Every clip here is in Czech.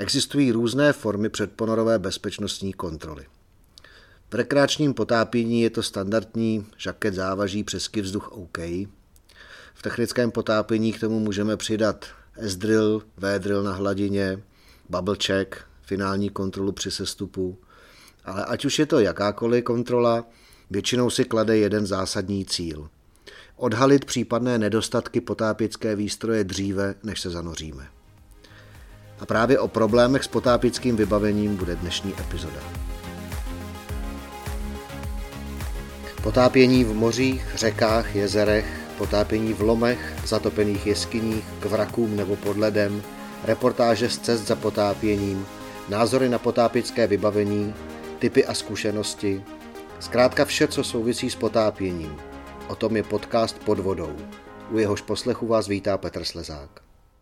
Existují různé formy předponorové bezpečnostní kontroly. V rekreačním potápění je to standardní žaket, závaží, přesky, vzduch OK. V technickém potápění k tomu můžeme přidat S-drill, V-drill na hladině, bubble check, finální kontrolu při sestupu. Ale ať už je to jakákoliv kontrola, většinou si klade jeden zásadní cíl. Odhalit případné nedostatky potápěcké výstroje dříve, než se zanoříme. A právě o problémech s potápěckým vybavením bude dnešní epizoda. Potápění v mořích, řekách, jezerech, potápění v lomech, zatopených jeskyních, k vrakům nebo pod ledem, reportáže z cest za potápěním, názory na potápěcké vybavení, tipy a zkušenosti, zkrátka vše, co souvisí s potápěním. O tom je podcast Pod vodou. U jehož poslechu vás vítá Petr Slezák.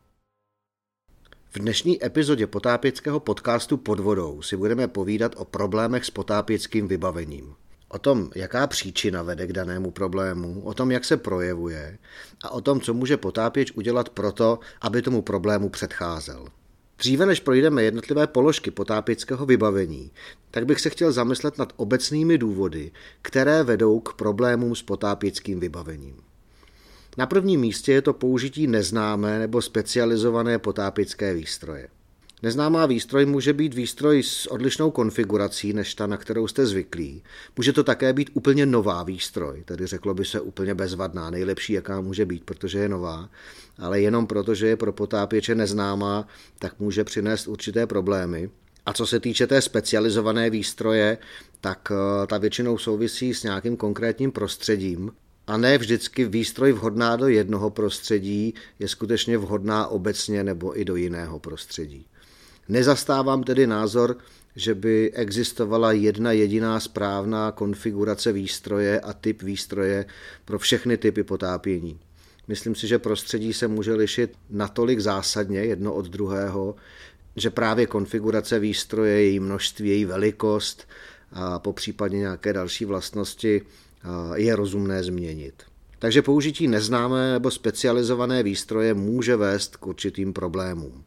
V dnešní epizodě potápěckého podcastu Pod vodou si budeme povídat o problémech s potápěckým vybavením. O tom, jaká příčina vede k danému problému, o tom, jak se projevuje a o tom, co může potápěč udělat proto, aby tomu problému předcházel. Dříve než projdeme jednotlivé položky potápěckého vybavení, tak bych se chtěl zamyslet nad obecnými důvody, které vedou k problémům s potápěckým vybavením. Na prvním místě je to použití neznámé nebo specializované potápěcké výstroje. Neznámá výstroj může být výstroj s odlišnou konfigurací než ta, na kterou jste zvyklí. Může to také být úplně nová výstroj, tedy řeklo by se úplně bezvadná, nejlepší, jaká může být, protože je nová, ale jenom proto, že je pro potápěče neznámá, tak může přinést určité problémy. A co se týče té specializované výstroje, tak ta většinou souvisí s nějakým konkrétním prostředím. A ne vždycky výstroj vhodná do jednoho prostředí je skutečně vhodná obecně nebo i do jiného prostředí. Nezastávám tedy názor, že by existovala jedna jediná správná konfigurace výstroje a typ výstroje pro všechny typy potápění. Myslím si, že prostředí se může lišit natolik zásadně jedno od druhého, že právě konfigurace výstroje, její množství, její velikost a popřípadně nějaké další vlastnosti je rozumné změnit. Takže použití neznámé nebo specializované výstroje může vést k určitým problémům.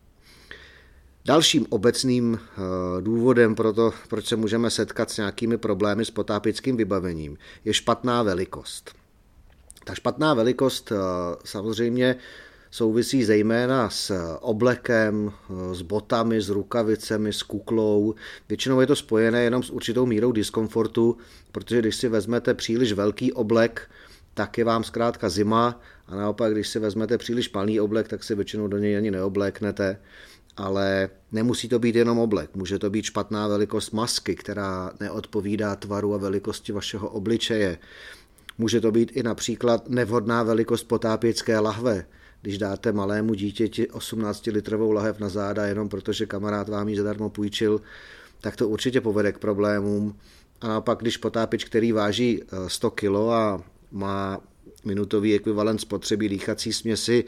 Dalším obecným důvodem pro to, proč se můžeme setkat s nějakými problémy s potápěckým vybavením, je špatná velikost. Ta špatná velikost samozřejmě souvisí zejména s oblekem, s botami, s rukavicemi, s kuklou. Většinou je to spojené jenom s určitou mírou diskomfortu, protože když si vezmete příliš velký oblek, tak je vám zkrátka zima a naopak, když si vezmete příliš malý oblek, tak si většinou do něj ani neobléknete. Ale nemusí to být jenom oblek, může to být špatná velikost masky, která neodpovídá tvaru a velikosti vašeho obličeje. Může to být i například nevhodná velikost potápěcké lahve. Když dáte malému dítěti 18-litrovou lahev na záda jenom protože kamarád vám ji zadarmo půjčil, tak to určitě povede k problémům. A naopak, když potápěč, který váží 100 kg a má minutový ekvivalent spotřeby dýchací směsi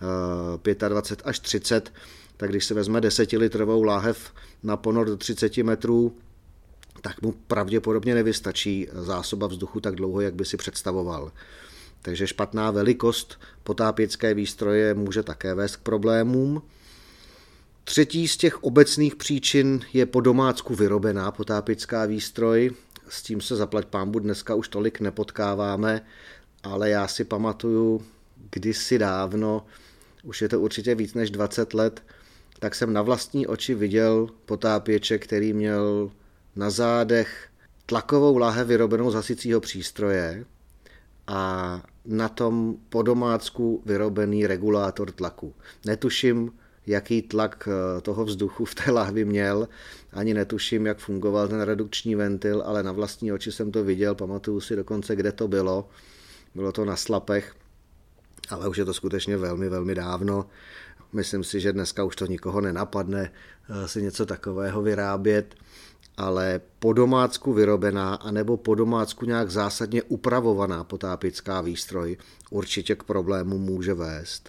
25 až 30, tak když se vezme 10-litrovou láhev na ponor do 30 metrů, tak mu pravděpodobně nevystačí zásoba vzduchu tak dlouho, jak by si představoval. Takže špatná velikost potápěcké výstroje může také vést k problémům. Třetí z těch obecných příčin je po domácku vyrobená potápěcká výstroj. S tím se zaplať pánbůh dneska už tolik nepotkáváme, ale já si pamatuju kdysi dávno, už je to určitě víc než 20 let, tak jsem na vlastní oči viděl potápěče, který měl na zádech tlakovou láhev vyrobenou z hasicího přístroje a na tom po domácku vyrobený regulátor tlaku. Netuším, jaký tlak toho vzduchu v té láhvi měl, ani netuším, jak fungoval ten redukční ventil, ale na vlastní oči jsem to viděl, pamatuju si dokonce, kde to bylo. Bylo to na Slapech, ale už je to skutečně velmi, velmi dávno. Myslím si, že dneska už to nikoho nenapadne si něco takového vyrábět, ale po domácku vyrobená anebo po domácku nějak zásadně upravovaná potápěcká výstroj určitě k problému může vést.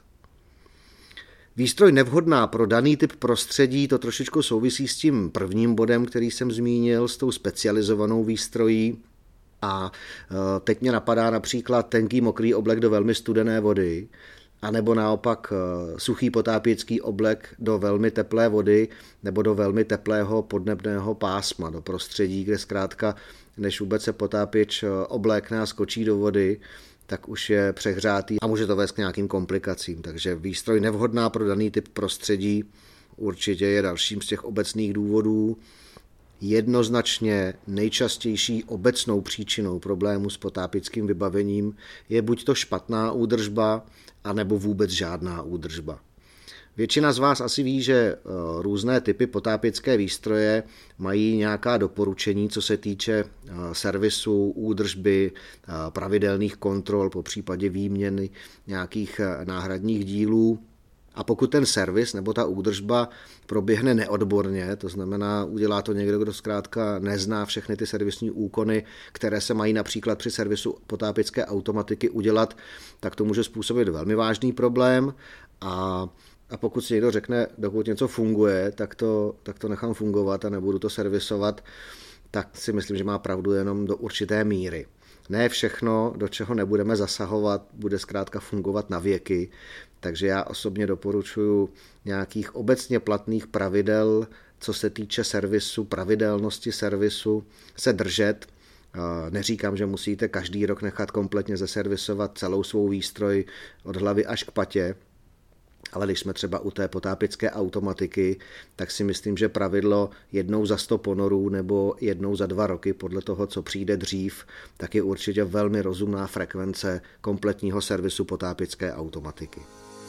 Výstroj nevhodná pro daný typ prostředí, to trošičku souvisí s tím prvním bodem, který jsem zmínil, s tou specializovanou výstrojí. A teď mě napadá například tenký mokrý oblek do velmi studené vody, anebo naopak suchý potápěcký oblek do velmi teplé vody nebo do velmi teplého podnebného pásma, do prostředí, kde zkrátka, než vůbec se potápěč oblékne a skočí do vody, tak už je přehřátý a může to vést k nějakým komplikacím. Takže výstroj nevhodná pro daný typ prostředí určitě je dalším z těch obecných důvodů. Jednoznačně nejčastější obecnou příčinou problému s potápěckým vybavením je buď to špatná údržba, anebo vůbec žádná údržba. Většina z vás asi ví, že různé typy potápěcké výstroje mají nějaká doporučení, co se týče servisu, údržby, pravidelných kontrol, popřípadě výměny nějakých náhradních dílů. A pokud ten servis nebo ta údržba proběhne neodborně, to znamená, udělá to někdo, kdo zkrátka nezná všechny ty servisní úkony, které se mají například při servisu potápěcké automatiky udělat, tak to může způsobit velmi vážný problém a pokud si někdo řekne, dokud něco funguje, tak to nechám fungovat a nebudu to servisovat, tak si myslím, že má pravdu jenom do určité míry. Ne všechno, do čeho nebudeme zasahovat, bude zkrátka fungovat na věky, takže já osobně doporučuji nějakých obecně platných pravidel, co se týče servisu, pravidelnosti servisu, se držet. Neříkám, že musíte každý rok nechat kompletně zeservisovat celou svou výstroj od hlavy až k patě, ale když jsme třeba u té potápěcké automatiky, tak si myslím, že pravidlo jednou za 100 ponorů nebo jednou za 2 roky, podle toho, co přijde dřív, tak je určitě velmi rozumná frekvence kompletního servisu potápěcké automatiky.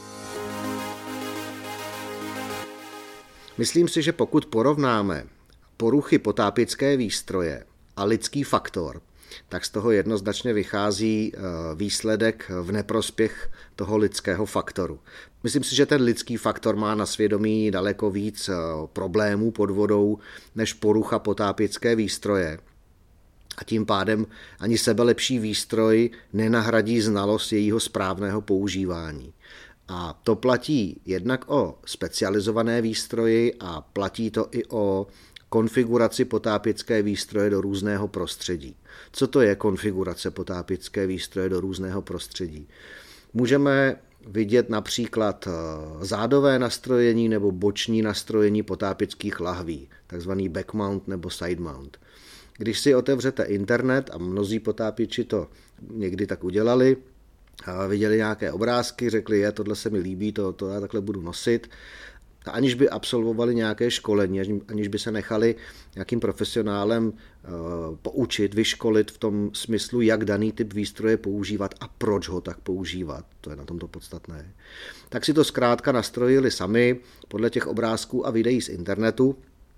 Myslím si, že pokud porovnáme poruchy potápěcké výstroje a lidský faktor, tak z toho jednoznačně vychází výsledek v neprospěch toho lidského faktoru. Myslím si, že ten lidský faktor má na svědomí daleko víc problémů pod vodou než porucha potápěcké výstroje. A tím pádem ani sebelepší výstroj nenahradí znalost jejího správného používání. A to platí jednak o specializované výstroji a platí to i o konfiguraci potápěcké výstroje do různého prostředí. Co to je konfigurace potápěcké výstroje do různého prostředí? Můžeme vidět například zádové nastrojení nebo boční nastrojení potápěckých lahví, takzvaný back mount nebo side mount. Když si otevřete internet, a mnozí potápěči to někdy tak udělali, viděli nějaké obrázky, řekli, tohle se mi líbí, to já takhle budu nosit, a aniž by absolvovali nějaké školení, aniž by se nechali nějakým profesionálem poučit, vyškolit v tom smyslu, jak daný typ výstroje používat a proč ho tak používat, to je na tomto podstatné, tak si to zkrátka nastrojili sami podle těch obrázků a videí z internetu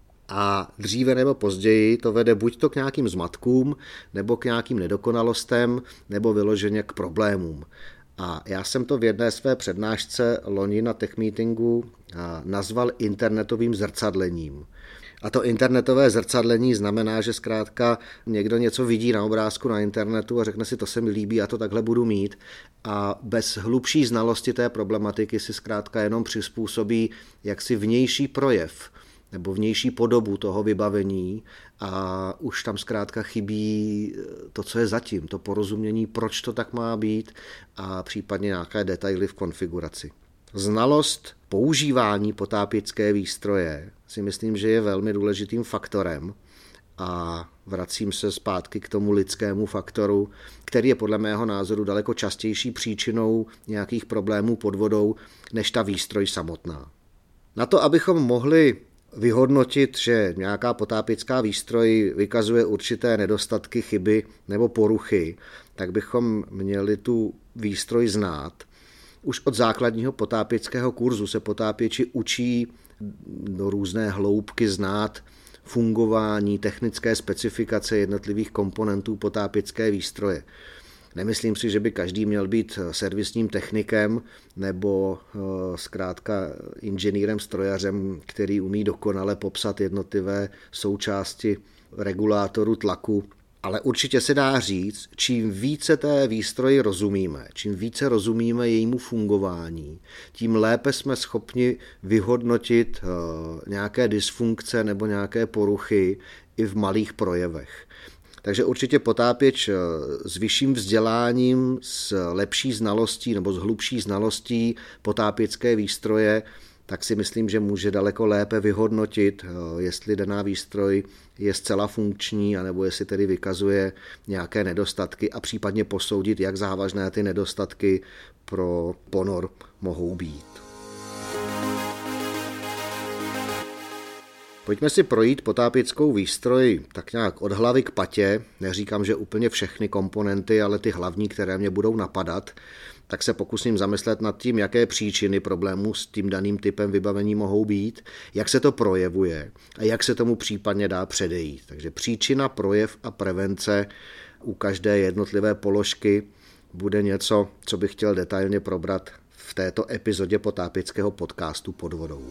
a dříve nebo později to vede buď to k nějakým zmatkům, nebo k nějakým nedokonalostem, nebo vyloženě k problémům. A já jsem to v jedné své přednášce loni na Tech Meetingu nazval internetovým zrcadlením. A to internetové zrcadlení znamená, že zkrátka někdo něco vidí na obrázku na internetu a řekne si, to se mi líbí, a to takhle budu mít. A bez hlubší znalosti té problematiky si zkrátka jenom přizpůsobí jaksi vnější projev nebo vnější podobu toho vybavení a už tam zkrátka chybí to, co je zatím, to porozumění, proč to tak má být a případně nějaké detaily v konfiguraci. Znalost používání potápěcké výstroje si myslím, že je velmi důležitým faktorem a vracím se zpátky k tomu lidskému faktoru, který je podle mého názoru daleko častější příčinou nějakých problémů pod vodou než ta výstroj samotná. Na to, abychom mohli vyhodnotit, že nějaká potápěcká výstroj vykazuje určité nedostatky, chyby nebo poruchy, tak bychom měli tu výstroj znát. Už od základního potápěckého kurzu se potápěči učí do různé hloubky znát fungování, technické specifikace jednotlivých komponentů potápěcké výstroje. Nemyslím si, že by každý měl být servisním technikem nebo zkrátka inženýrem, strojařem, který umí dokonale popsat jednotlivé součásti regulátoru tlaku. Ale určitě se dá říct, čím více té výstroji rozumíme, čím více rozumíme jejímu fungování, tím lépe jsme schopni vyhodnotit nějaké dysfunkce nebo nějaké poruchy i v malých projevech. Takže určitě potápěč s vyšším vzděláním, s lepší znalostí nebo s hlubší znalostí potápěcké výstroje, tak si myslím, že může daleko lépe vyhodnotit, jestli daná výstroj je zcela funkční, anebo jestli tedy vykazuje nějaké nedostatky a případně posoudit, jak závažné ty nedostatky pro ponor mohou být. Pojďme si projít potápěckou výstroj tak nějak od hlavy k patě. Neříkám, že úplně všechny komponenty, ale ty hlavní, které mě budou napadat, tak se pokusím zamyslet nad tím, jaké příčiny problémů s tím daným typem vybavení mohou být, jak se to projevuje a jak se tomu případně dá předejít. Takže příčina, projev a prevence u každé jednotlivé položky bude něco, co bych chtěl detailně probrat v této epizodě potápěckého podcastu Pod vodou.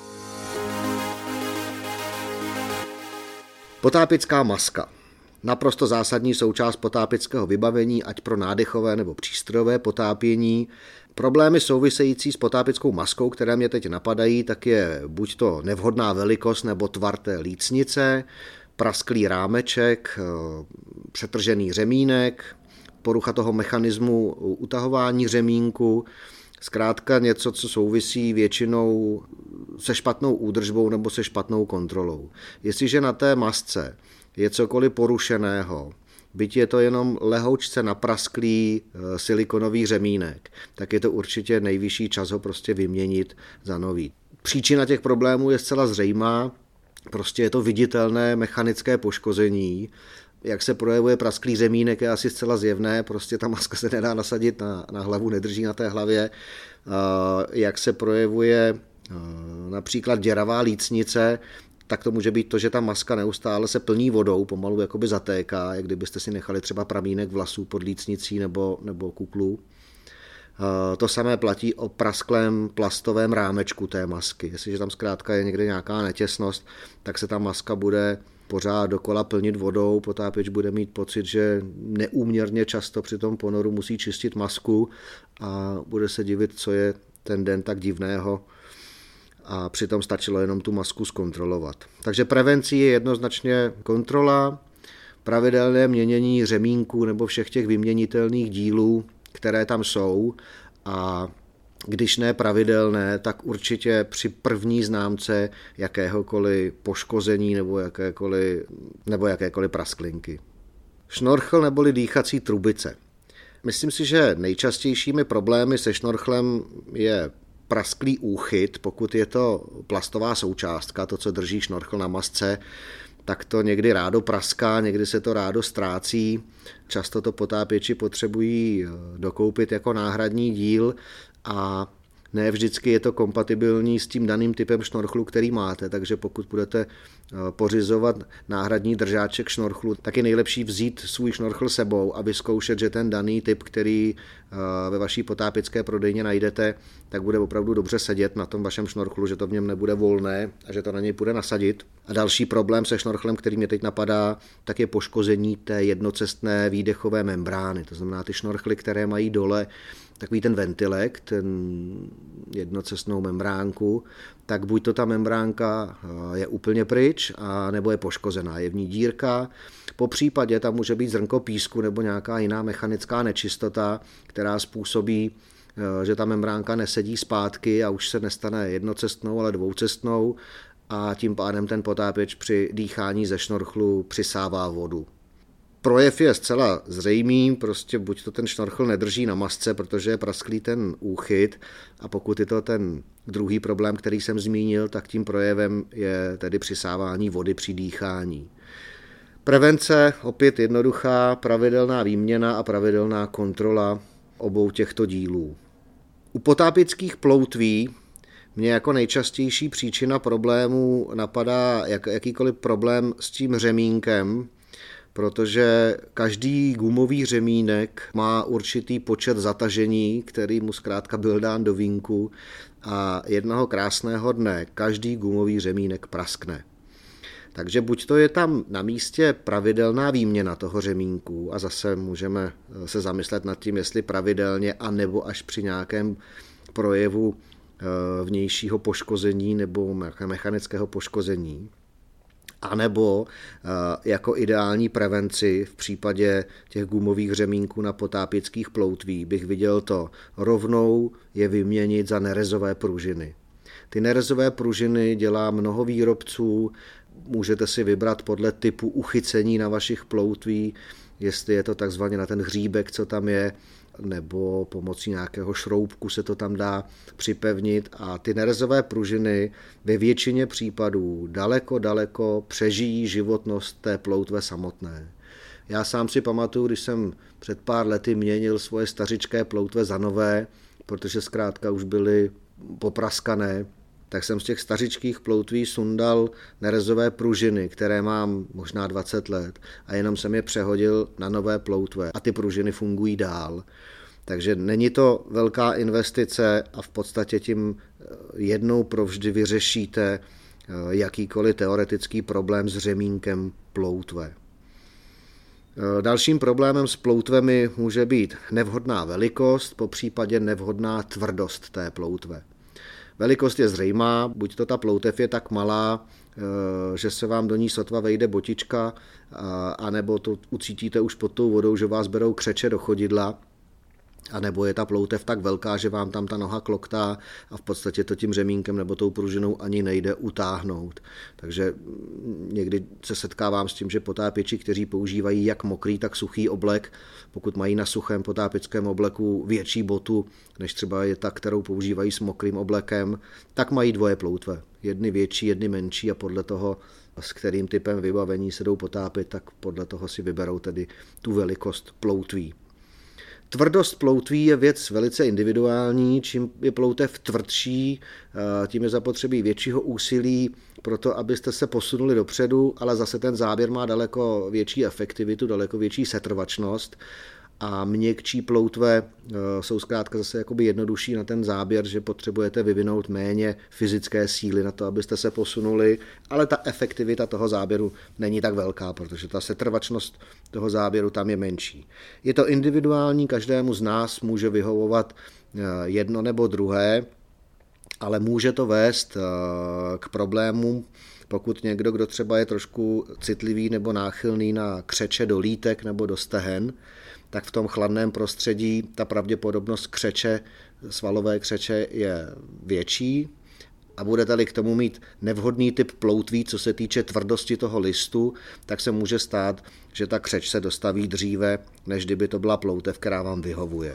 Potápěcká maska. Naprosto zásadní součást potápěckého vybavení, ať pro nádechové nebo přístrojové potápění. Problémy související s potápěckou maskou, které mě teď napadají, tak je buď to nevhodná velikost nebo tvar té lícnice, prasklý rámeček, přetržený řemínek, porucha toho mechanismu utahování řemínku, zkrátka něco, co souvisí většinou se špatnou údržbou nebo se špatnou kontrolou. Jestliže na té masce je cokoliv porušeného, byť je to jenom lehoučce naprasklý silikonový řemínek, tak je to určitě nejvyšší čas ho prostě vyměnit za nový. Příčina těch problémů je zcela zřejmá, prostě je to viditelné mechanické poškození. Jak se projevuje prasklý řemínek, je asi zcela zjevné, prostě ta maska se nedá nasadit na hlavu, nedrží na té hlavě. Jak se projevuje například děravá lícnice, tak to může být to, že ta maska neustále se plní vodou, pomalu jakoby zatéká, jak kdybyste si nechali třeba pramínek vlasů pod lícnicí nebo kuklu. To samé platí o prasklém plastovém rámečku té masky. Jestliže tam zkrátka je někde nějaká netěsnost, tak se ta maska bude pořád dokola plnit vodou, potápěč bude mít pocit, že neúměrně často při tom ponoru musí čistit masku a bude se divit, co je ten den tak divného, a přitom stačilo jenom tu masku zkontrolovat. Takže prevencí je jednoznačně kontrola, pravidelné měnění řemínků nebo všech těch vyměnitelných dílů, které tam jsou, a když ne pravidelné, tak určitě při první známce jakéhokoliv poškození nebo jakékoliv prasklinky. Šnorchl neboli dýchací trubice. Myslím si, že nejčastějšími problémy se šnorchlem je prasklý úchyt, pokud je to plastová součástka, to, co drží šnorchl na masce, tak to někdy rádo praská, někdy se to rádo ztrácí. Často to potápěči potřebují dokoupit jako náhradní díl a ne vždycky je to kompatibilní s tím daným typem šnorchlu, který máte, takže pokud budete pořizovat náhradní držáček šnorchlu, tak je nejlepší vzít svůj šnorchl sebou a vyzkoušet, že ten daný typ, který ve vaší potápěcké prodejně najdete, tak bude opravdu dobře sedět na tom vašem šnorchlu, že to v něm nebude volné a že to na něj půjde nasadit. A další problém se šnorchlem, který mě teď napadá, tak je poškození té jednocestné výdechové membrány. To znamená ty šnorchly, které mají dole takový ten ventilek, ten jednocestnou membránku, tak buď to ta membránka je úplně pryč, a nebo je poškozená, je v ní dírka. Po případě tam může být zrnko písku nebo nějaká jiná mechanická nečistota, která způsobí, že ta membránka nesedí zpátky a už se nestane jednocestnou, ale dvoucestnou, a tím pádem ten potápěč při dýchání ze šnorchlu přisává vodu. Projev je zcela zřejmý, prostě buď to ten šnorchl nedrží na masce, protože je prasklý ten úchyt, a pokud je to ten druhý problém, který jsem zmínil, tak tím projevem je tedy přisávání vody při dýchání. Prevence opět jednoduchá, pravidelná výměna a pravidelná kontrola obou těchto dílů. U potápěckých ploutví mě jako nejčastější příčina problémů napadá jakýkoliv problém s tím řemínkem, protože každý gumový řemínek má určitý počet zatažení, který mu zkrátka byl dán do vínku, a jednoho krásného dne každý gumový řemínek praskne. Takže buď to je tam na místě pravidelná výměna toho řemínku, a zase můžeme se zamyslet nad tím, jestli pravidelně, anebo až při nějakém projevu vnějšího poškození nebo mechanického poškození. anebo jako ideální prevenci v případě těch gumových řemínků na potápěckých ploutví bych viděl to rovnou je vyměnit za nerezové pružiny. Ty nerezové pružiny dělá mnoho výrobců, můžete si vybrat podle typu uchycení na vašich ploutví, jestli je to takzvaně na ten hříbek, co tam je, nebo pomocí nějakého šroubku se to tam dá připevnit a ty nerezové pružiny ve většině případů daleko přežijí životnost té ploutve samotné. Já sám si pamatuju, když jsem před pár lety měnil svoje stařičké ploutve za nové, protože zkrátka už byly popraskané, tak jsem z těch stařičkých ploutví sundal nerezové pružiny, které mám možná 20 let a jenom jsem je přehodil na nové ploutve a ty pružiny fungují dál. Takže není to velká investice a v podstatě tím jednou provždy vyřešíte jakýkoliv teoretický problém s řemínkem ploutve. Dalším problémem s ploutvemi může být nevhodná velikost, popřípadě nevhodná tvrdost té ploutve. Velikost je zřejmá, buď to ta ploutev je tak malá, že se vám do ní sotva vejde botička, anebo to ucítíte už pod tou vodou, že vás berou křeče do chodidla, anebo je ta ploutev tak velká, že vám tam ta noha kloktá a v podstatě to tím řemínkem nebo tou pružinou ani nejde utáhnout. Takže někdy se setkávám s tím, že potápěči, kteří používají jak mokrý, tak suchý oblek, pokud mají na suchém potápěckém obleku větší botu, než třeba je ta, kterou používají s mokrým oblekem, tak mají dvoje ploutve. Jedny větší, jedny menší a podle toho, s kterým typem vybavení se jdou potápět, tak podle toho si vyberou tedy tu velikost ploutví. Tvrdost ploutví je věc velice individuální, čím je ploutev tvrdší, tím je zapotřebí většího úsilí pro to, abyste se posunuli dopředu, ale zase ten záběr má daleko větší efektivitu, daleko větší setrvačnost a měkčí ploutve jsou zkrátka zase jakoby jednodušší na ten záběr, že potřebujete vyvinout méně fyzické síly na to, abyste se posunuli, ale ta efektivita toho záběru není tak velká, protože ta setrvačnost toho záběru tam je menší. Je to individuální, každému z nás může vyhovovat jedno nebo druhé, ale může to vést k problémům, pokud někdo, kdo třeba je trošku citlivý nebo náchylný na křeče do lítek nebo do stehen, tak v tom chladném prostředí ta pravděpodobnost křeče, svalové křeče je větší a budete-li k tomu mít nevhodný typ ploutví, co se týče tvrdosti toho listu, tak se může stát, že ta křeč se dostaví dříve, než kdyby to byla ploutev, která vám vyhovuje.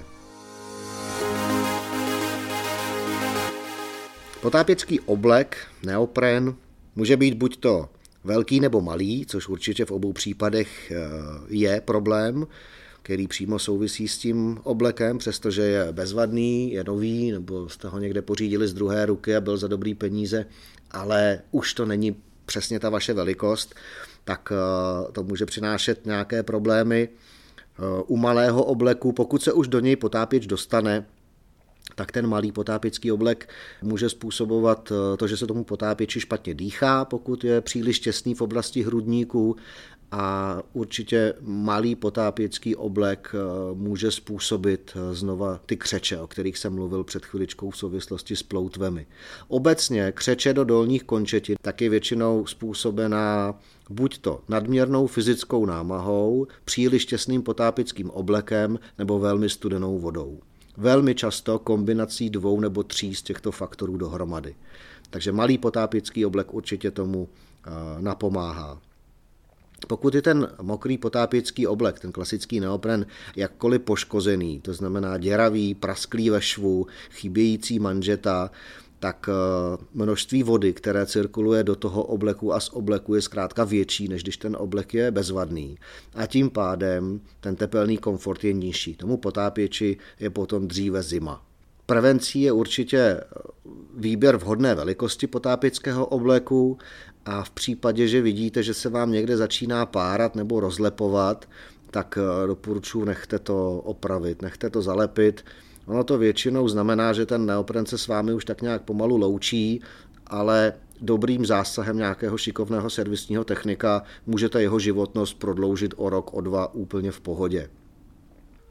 Potápěcký oblek, neopren, může být buď to velký nebo malý, což určitě v obou případech je problém, který přímo souvisí s tím oblekem, přestože je bezvadný, je nový, nebo jste ho někde pořídili z druhé ruky a byl za dobrý peníze, ale už to není přesně ta vaše velikost, tak to může přinášet nějaké problémy. U malého obleku, pokud se už do něj potápěč dostane, tak ten malý potápěcký oblek může způsobovat to, že se tomu potápěči špatně dýchá, pokud je příliš těsný v oblasti hrudníků a určitě malý potápěcký oblek může způsobit znova ty křeče, o kterých jsem mluvil před chviličkou v souvislosti s ploutvemi. Obecně křeče do dolních končetin tak je většinou způsobená buď to nadměrnou fyzickou námahou, příliš těsným potápěckým oblekem nebo velmi studenou vodou. Velmi často kombinací 2 nebo 3 z těchto faktorů dohromady. Takže malý potápěcký oblek určitě tomu napomáhá. Pokud je ten mokrý potápěcký oblek, ten klasický neopren, jakkoliv poškozený, to znamená děravý, prasklý ve švu, chybějící manžeta, tak množství vody, které cirkuluje do toho obleku a z obleku je zkrátka větší, než když ten oblek je bezvadný. A tím pádem ten tepelný komfort je nižší. Tomu potápěči je potom dříve zima. Prevencí je určitě výběr vhodné velikosti potápěckého obleku a v případě, že vidíte, že se vám někde začíná párat nebo rozlepovat, tak doporučuji nechte to opravit, nechte to zalepit. Ono to většinou znamená, že ten neopren se s vámi už tak nějak pomalu loučí, ale dobrým zásahem nějakého šikovného servisního technika můžete jeho životnost prodloužit o rok, o 2 úplně v pohodě.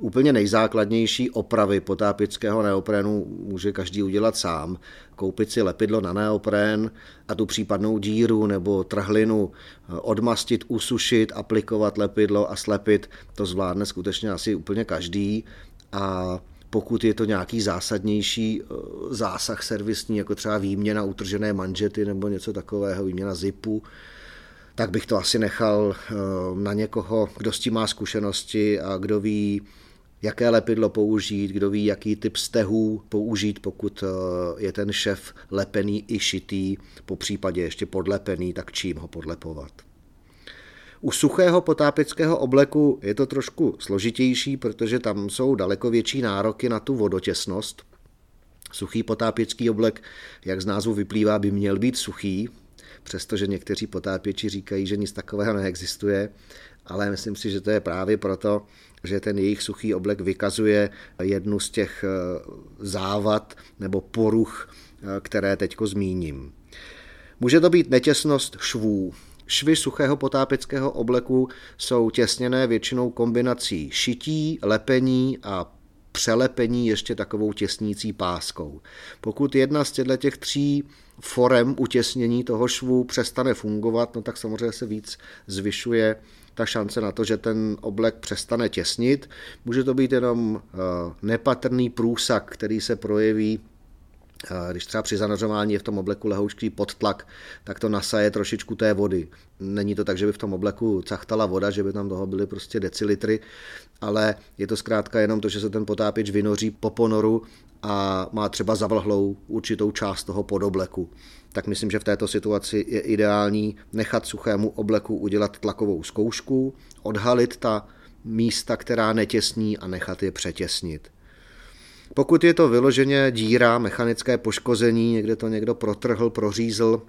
Úplně nejzákladnější opravy potápěčského neoprénu může každý udělat sám. Koupit si lepidlo na neoprén a tu případnou díru nebo trhlinu odmastit, usušit, aplikovat lepidlo a slepit. To zvládne skutečně asi úplně každý. A pokud je to nějaký zásadnější zásah servisní, jako třeba výměna utržené manžety nebo něco takového, výměna zipu, tak bych to asi nechal na někoho, kdo s tím má zkušenosti a kdo ví, jaké lepidlo použít, kdo ví, jaký typ stehů použít, pokud je ten šev lepený i šitý, po případě ještě podlepený, tak čím ho podlepovat. U suchého potápěčského obleku je to trošku složitější, protože tam jsou daleko větší nároky na tu vodotěsnost. Suchý potápěčský oblek, jak z názvu vyplývá, by měl být suchý, přestože někteří potápěči říkají, že nic takového neexistuje, ale myslím si, že to je právě proto, že ten jejich suchý oblek vykazuje jednu z těch závad nebo poruch, které teďko zmíním. Může to být netěsnost švů. Švy suchého potápěčského obleku jsou těsněné většinou kombinací šití, lepení a přelepení ještě takovou těsnící páskou. Pokud jedna z těch tří forem utěsnění toho švu přestane fungovat, no tak samozřejmě se víc zvyšuje ta šance na to, že ten oblek přestane těsnit. Může to být jenom nepatrný průsak, který se projeví, když třeba při zanořování je v tom obleku lehoučký podtlak, tak to nasaje trošičku té vody. Není to tak, že by v tom obleku cachtala voda, že by tam toho byly prostě decilitry, ale je to zkrátka jenom to, že se ten potápěč vynoří po ponoru a má třeba zavlhlou určitou část toho podobleku. Tak myslím, že v této situaci je ideální nechat suchému obleku udělat tlakovou zkoušku, odhalit ta místa, která netěsní, a nechat je přetěsnit. Pokud je to vyloženě díra, mechanické poškození, někde to někdo protrhl, prořízl,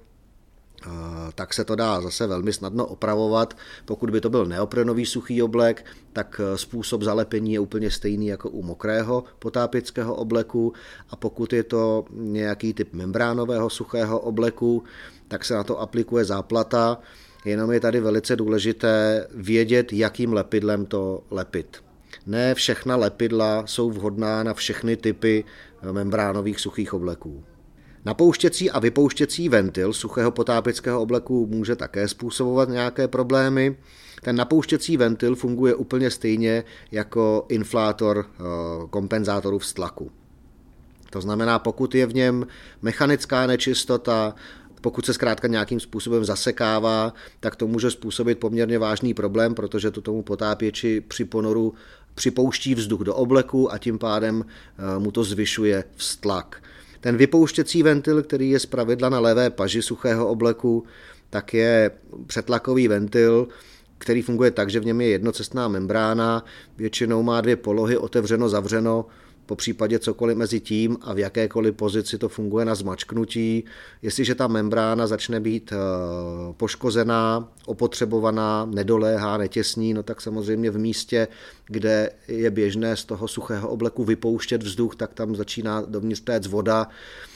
tak se to dá zase velmi snadno opravovat. Pokud by to byl neoprenový suchý oblek, tak způsob zalepení je úplně stejný jako u mokrého potápěčského obleku, a pokud je to nějaký typ membránového suchého obleku, tak se na to aplikuje záplata, jenom je tady velice důležité vědět, jakým lepidlem to lepit. Ne všechna lepidla jsou vhodná na všechny typy membránových suchých obleků. Napouštěcí a vypouštěcí ventil suchého potápěčského obleku může také způsobovat nějaké problémy. Ten napouštěcí ventil funguje úplně stejně jako inflátor kompenzátoru vztlaku. To znamená, pokud je v něm mechanická nečistota, pokud se zkrátka nějakým způsobem zasekává, tak to může způsobit poměrně vážný problém, protože to tomu potápěči při ponoru připouští vzduch do obleku a tím pádem mu to zvyšuje vztlak. Ten vypouštěcí ventil, který je zpravidla na levé paži suchého obleku, tak je přetlakový ventil, který funguje tak, že v něm je jednocestná membrána, většinou má dvě polohy, otevřeno, zavřeno, po případě cokoliv mezi tím, a v jakékoliv pozici to funguje na zmačknutí. Jestliže ta membrána začne být poškozená, opotřebovaná, nedoléhá, netěsní, no tak samozřejmě v místě, kde je běžné z toho suchého obleku vypouštět vzduch, tak tam začíná dovnitř téct voda.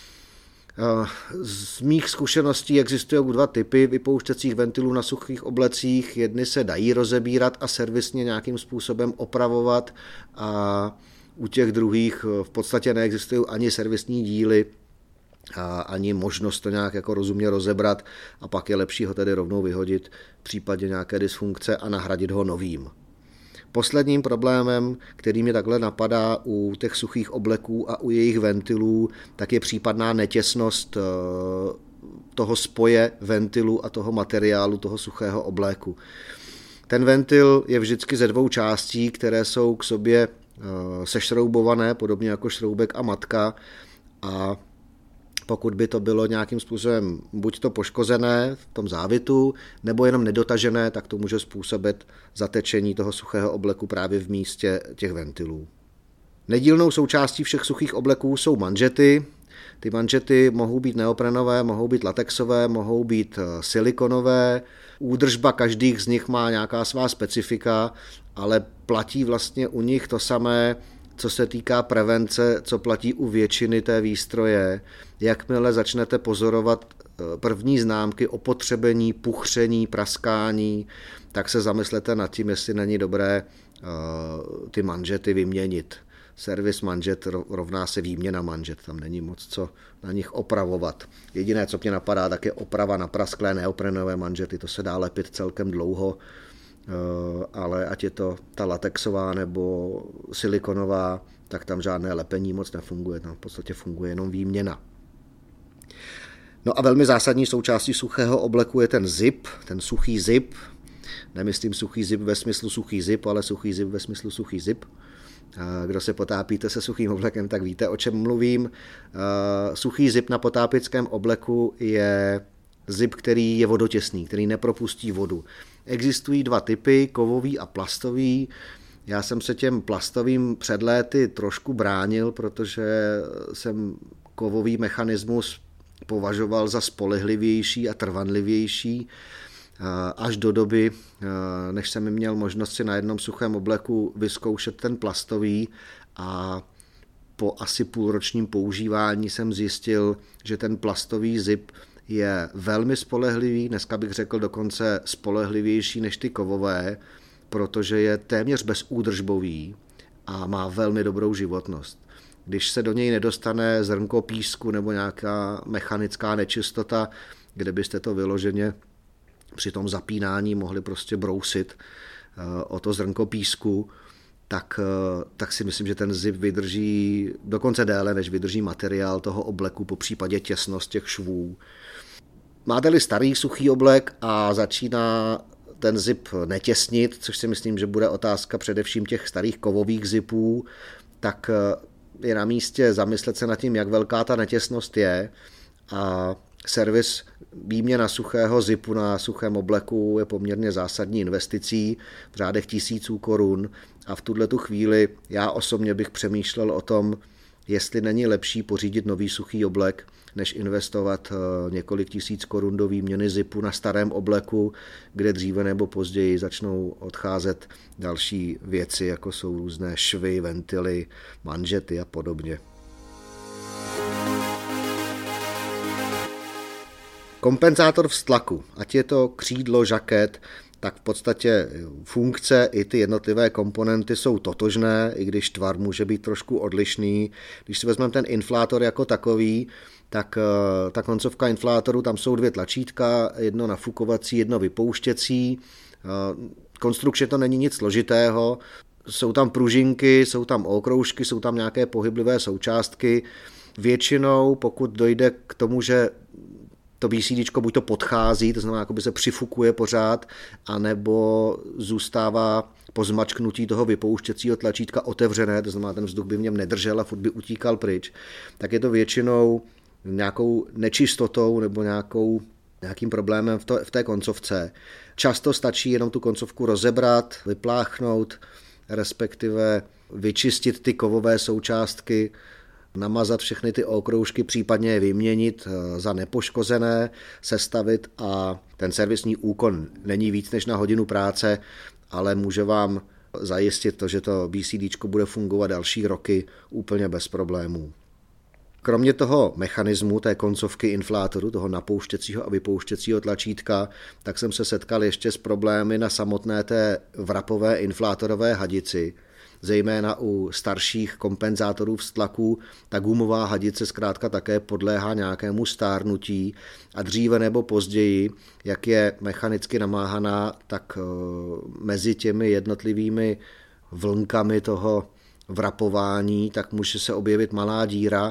Z mých zkušeností existují dva typy vypouštěcích ventilů na suchých oblecích. Jedny se dají rozebírat a servisně nějakým způsobem opravovat, a u těch druhých v podstatě neexistují ani servisní díly, ani možnost to nějak jako rozumně rozebrat, a pak je lepší ho tedy rovnou vyhodit v případě nějaké dysfunkce a nahradit ho novým. Posledním problémem, který mě takhle napadá u těch suchých obleků a u jejich ventilů, tak je případná netěsnost toho spoje ventilu a toho materiálu, toho suchého obléku. Ten ventil je vždycky ze dvou částí, které jsou k sobě sešroubované, podobně jako šroubek a matka, a pokud by to bylo nějakým způsobem buď to poškozené v tom závitu, nebo jenom nedotažené, tak to může způsobit zatečení toho suchého obleku právě v místě těch ventilů. Nedílnou součástí všech suchých obleků jsou manžety. Ty manžety mohou být neoprenové, mohou být latexové, mohou být silikonové. Údržba každých z nich má nějaká svá specifika, ale platí vlastně u nich to samé, co se týká prevence, co platí u většiny té výstroje. Jakmile začnete pozorovat první známky opotřebení, puchření, praskání, tak se zamyslete nad tím, jestli není dobré ty manžety vyměnit. Servis manžet rovná se výměna manžet, tam není moc co na nich opravovat. Jediné, co mě napadá, tak je oprava na prasklé neoprenové manžety, to se dá lepit celkem dlouho, ale ať je to ta latexová nebo silikonová, tak tam žádné lepení moc nefunguje, tam v podstatě funguje jenom výměna. No a velmi zásadní součástí suchého obleku je ten zip, ten suchý zip. Nemyslím suchý zip ve smyslu suchý zip, ale suchý zip ve smyslu suchý zip. Kdo se potápíte se suchým oblekem, tak víte, o čem mluvím. Suchý zip na potápěckém obleku je zip, který je vodotěsný, který nepropustí vodu. Existují dva typy, kovový a plastový. Já jsem se těm plastovým před léty trošku bránil, protože jsem kovový mechanismus považoval za spolehlivější a trvanlivější až do doby, než jsem měl možnost si na jednom suchém obleku vyzkoušet ten plastový a po asi půlročním používání jsem zjistil, že ten plastový zip je velmi spolehlivý, dneska bych řekl dokonce spolehlivější než ty kovové, protože je téměř bezúdržbový a má velmi dobrou životnost. Když se do něj nedostane zrnko písku nebo nějaká mechanická nečistota, kde byste to vyloženě při tom zapínání mohli prostě brousit o to zrnko písku, tak si myslím, že ten zip vydrží dokonce déle, než vydrží materiál toho obleku, po případě těsnost těch švů. Máte-li starý suchý oblek a začíná ten zip netěsnit, což si myslím, že bude otázka především těch starých kovových zipů, tak je na místě zamyslet se nad tím, jak velká ta netěsnost je, a servis výměna suchého zipu na suchém obleku je poměrně zásadní investicí v řádech tisíců korun a v tuhletu chvíli já osobně bych přemýšlel o tom, jestli není lepší pořídit nový suchý oblek, než investovat několik tisíc korun do výměny zipu na starém obleku, kde dříve nebo později začnou odcházet další věci, jako jsou různé švy, ventily, manžety a podobně. Kompenzátor vztlaku, ať je to křídlo, žaket, tak v podstatě funkce i ty jednotlivé komponenty jsou totožné, i když tvar může být trošku odlišný. Když si vezmeme ten inflátor jako takový, tak ta koncovka inflátoru, tam jsou dvě tlačítka, jedno nafukovací, jedno vypouštěcí. Konstrukčně to není nic složitého, jsou tam pružinky, jsou tam okroužky, jsou tam nějaké pohyblivé součástky. Většinou, pokud dojde k tomu, že to BCDčko buď to podchází, to znamená, jakoby se přifukuje pořád, anebo zůstává po zmačknutí toho vypouštěcího tlačítka otevřené, to znamená, ten vzduch by v něm nedržel a furt by utíkal pryč, tak je to většinou nějakou nečistotou nebo nějakým problémem v té koncovce. Často stačí jenom tu koncovku rozebrat, vypláchnout, respektive vyčistit ty kovové součástky, namazat všechny ty okroužky, případně je vyměnit za nepoškozené, sestavit a ten servisní úkon není víc než na hodinu práce, ale může vám zajistit to, že to BCDčko bude fungovat další roky úplně bez problémů. Kromě toho mechanismu, té koncovky inflátoru, toho napouštěcího a vypouštěcího tlačítka, tak jsem se setkal ještě s problémy na samotné té vrapové inflátorové hadici. Zejména u starších kompenzátorů vztlaku ta gumová hadice zkrátka také podléhá nějakému stárnutí a dříve nebo později, jak je mechanicky namáhaná, tak mezi těmi jednotlivými vlnkami toho vrapování, tak může se objevit malá díra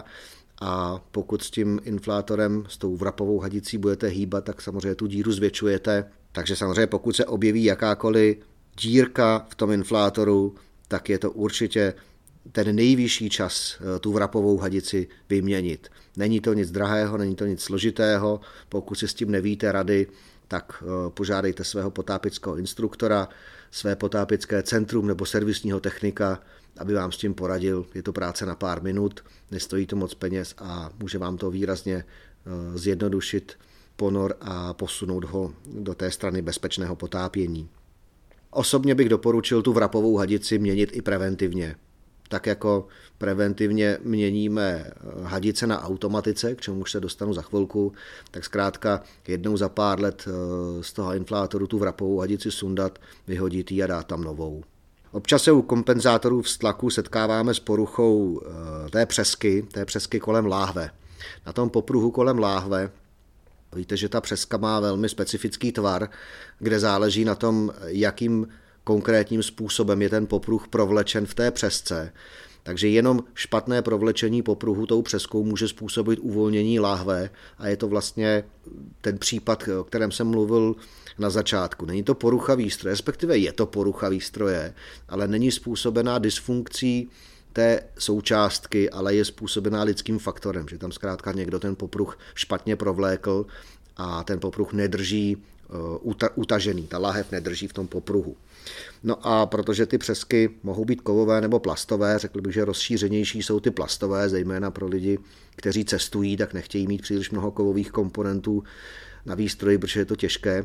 a pokud s tím inflátorem, s tou vrapovou hadicí budete hýbat, tak samozřejmě tu díru zvětšujete. Takže samozřejmě pokud se objeví jakákoliv dírka v tom inflátoru, tak je to určitě ten nejvyšší čas tu vrapovou hadici vyměnit. Není to nic drahého, není to nic složitého, pokud si s tím nevíte rady, tak požádejte svého potápěckého instruktora, své potápěcké centrum nebo servisního technika, aby vám s tím poradil. Je to práce na pár minut, nestojí to moc peněz a může vám to výrazně zjednodušit ponor a posunout ho do té strany bezpečného potápění. Osobně bych doporučil tu vrapovou hadici měnit i preventivně. Tak jako preventivně měníme hadice na automatice, k čemu už se dostanu za chvilku, tak zkrátka jednou za pár let z toho inflátoru tu vrapovou hadici sundat, vyhodit ji a dát tam novou. Občas se u kompenzátorů vztlaku setkáváme s poruchou té přesky kolem láhve. Na tom popruhu kolem láhve víte, že ta přeska má velmi specifický tvar, kde záleží na tom, jakým konkrétním způsobem je ten popruh provlečen v té přesce. Takže jenom špatné provlečení popruhu tou přeskou může způsobit uvolnění láhve a je to vlastně ten případ, o kterém jsem mluvil na začátku. Není to porucha výstroje, respektive je to porucha výstroje, ale není způsobená dysfunkcí té součástky, ale je způsobená lidským faktorem, že tam zkrátka někdo ten popruh špatně provlékl a ten popruh nedrží utažený, ta láhev nedrží v tom popruhu. No a protože ty přesky mohou být kovové nebo plastové, řekl bych, že rozšířenější jsou ty plastové, zejména pro lidi, kteří cestují, tak nechtějí mít příliš mnoho kovových komponentů na výstroji, protože je to těžké,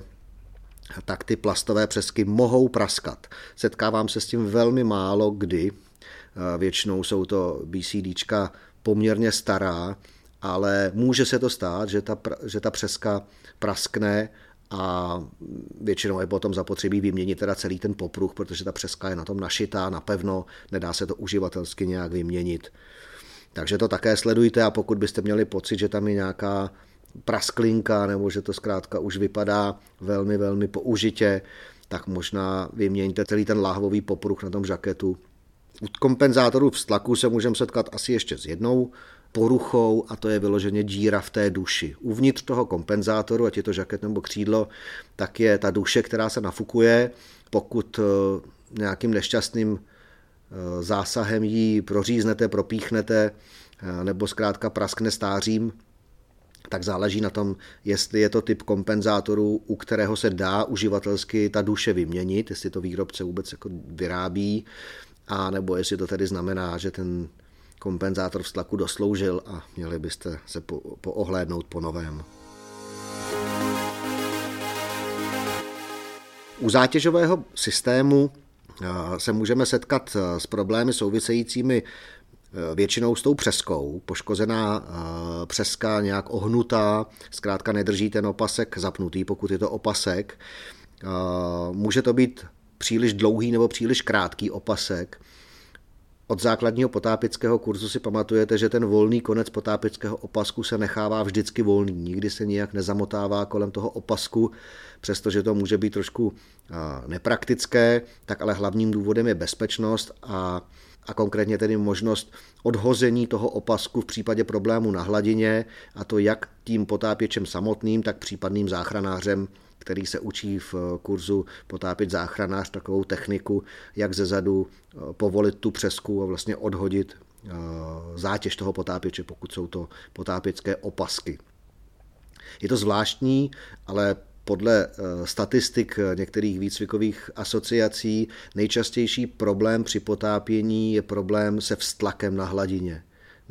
tak ty plastové přesky mohou praskat. Setkávám se s tím velmi málo kdy, většinou jsou to BCDčka poměrně stará, ale může se to stát, že ta přeska praskne a většinou je potom zapotřebí vyměnit teda celý ten popruh, protože ta přeska je na tom našitá napevno, nedá se to uživatelsky nějak vyměnit. Takže to také sledujte a pokud byste měli pocit, že tam je nějaká prasklinka nebo že to zkrátka už vypadá velmi, velmi použitě, tak možná vyměňte celý ten láhvový popruh na tom žaketu. U kompenzátorů vztlaku se můžeme setkat asi ještě s jednou poruchou a to je vyloženě díra v té duši. Uvnitř toho kompenzátoru, ať je to žaket nebo křídlo, tak je ta duše, která se nafukuje. Pokud nějakým nešťastným zásahem ji proříznete, propíchnete nebo zkrátka praskne stářím, tak záleží na tom, jestli je to typ kompenzátoru, u kterého se dá uživatelsky ta duše vyměnit, jestli to výrobce vůbec jako vyrábí, a nebo jestli to tedy znamená, že ten kompenzátor vztlaku dosloužil a měli byste se poohlédnout po novém. U zátěžového systému se můžeme setkat s problémy souvisejícími většinou s tou přeskou. Poškozená přeska nějak ohnutá, zkrátka nedrží ten opasek zapnutý, pokud je to opasek. Může to být příliš dlouhý nebo příliš krátký opasek. Od základního potápěckého kurzu si pamatujete, že ten volný konec potápěckého opasku se nechává vždycky volný. Nikdy se nijak nezamotává kolem toho opasku, přestože to může být trošku nepraktické, tak ale hlavním důvodem je bezpečnost a konkrétně tedy možnost odhození toho opasku v případě problému na hladině, a to jak tím potápěčem samotným, tak případným záchranářem, který se učí v kurzu potápěč záchranář takovou techniku, jak zezadu povolit tu přesku a vlastně odhodit zátěž toho potápěče, pokud jsou to potápěcké opasky. Je to zvláštní, ale podle statistik některých výcvikových asociací nejčastější problém při potápění je problém se vztlakem na hladině.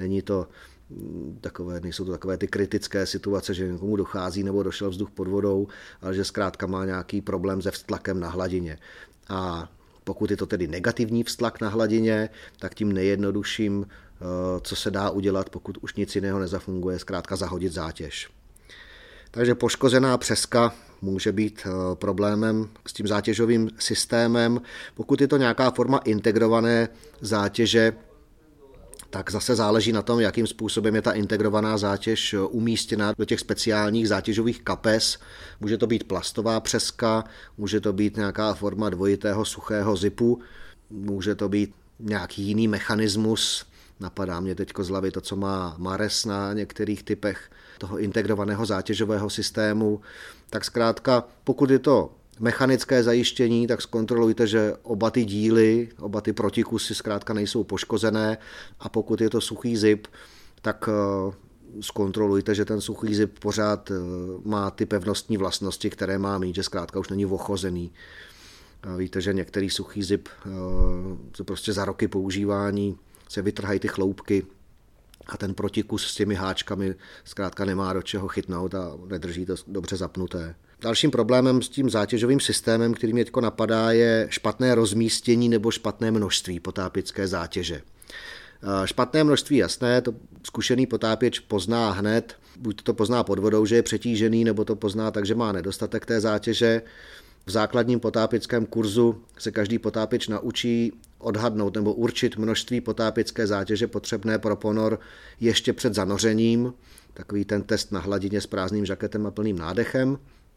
Nejsou to takové ty kritické situace, že někomu dochází nebo došel vzduch pod vodou, ale že zkrátka má nějaký problém se vztlakem na hladině. A pokud je to tedy negativní vztlak na hladině, tak tím nejjednodušším, co se dá udělat, pokud už nic jiného nezafunguje, zkrátka zahodit zátěž. Takže poškozená přeska může být problémem s tím zátěžovým systémem. Pokud je to nějaká forma integrované zátěže, tak zase záleží na tom, jakým způsobem je ta integrovaná zátěž umístěna do těch speciálních zátěžových kapes. Může to být plastová přeska, může to být nějaká forma dvojitého suchého zipu, může to být nějaký jiný mechanismus. Napadá mě teď z hlavy to, co má Mares na některých typech toho integrovaného zátěžového systému. Tak zkrátka, pokud je to mechanické zajištění, tak zkontrolujte, že oba ty díly, oba ty protikusy zkrátka nejsou poškozené, a pokud je to suchý zip, tak zkontrolujte, že ten suchý zip pořád má ty pevnostní vlastnosti, které má mít, že zkrátka už není ochozený. Víte, že některý suchý zip se prostě za roky používání se vytrhají ty chloupky a ten protikus s těmi háčkami zkrátka nemá do čeho chytnout a nedrží to dobře zapnuté. Dalším problémem s tím zátěžovým systémem, který mě teď napadá, je špatné rozmístění nebo špatné množství potápěcké zátěže. Špatné množství jasné, to zkušený potápěč pozná hned, buď to pozná pod vodou, že je přetížený, nebo to pozná tak, že má nedostatek té zátěže. V základním potápěckém kurzu se každý potápěč naučí odhadnout nebo určit množství potápěcké zátěže potřebné pro ponor ještě před zanořením. Takový ten test na hladině s prázdným žaketem a plným nádechem.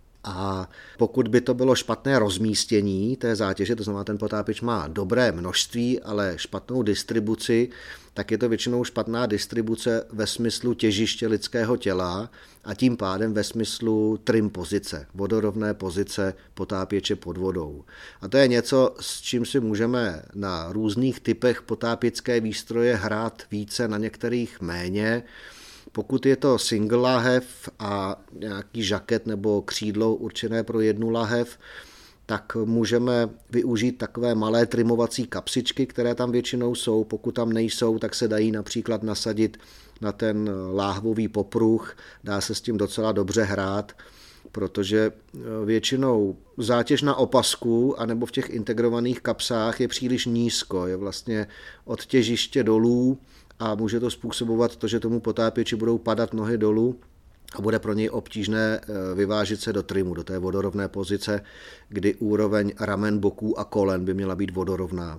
A pokud by to bylo špatné rozmístění té zátěže, to znamená, ten potápěč má dobré množství, ale špatnou distribuci, tak je to většinou špatná distribuce ve smyslu těžiště lidského těla a tím pádem ve smyslu trim pozice, vodorovné pozice potápěče pod vodou. A to je něco, s čím si můžeme na různých typech potápěcké výstroje hrát více, na některých méně. Pokud je to single láhev a nějaký žaket nebo křídlo určené pro jednu láhev, tak můžeme využít takové malé trimovací kapsičky, které tam většinou jsou. Pokud tam nejsou, tak se dají například nasadit na ten láhvový popruh. Dá se s tím docela dobře hrát, protože většinou zátěž na opasku anebo v těch integrovaných kapsách je příliš nízko. Je vlastně od těžiště dolů a může to způsobovat to, že tomu potápěči budou padat nohy dolů a bude pro něj obtížné vyvážit se do trimu, do té vodorovné pozice, kdy úroveň ramen, boků a kolen by měla být vodorovná.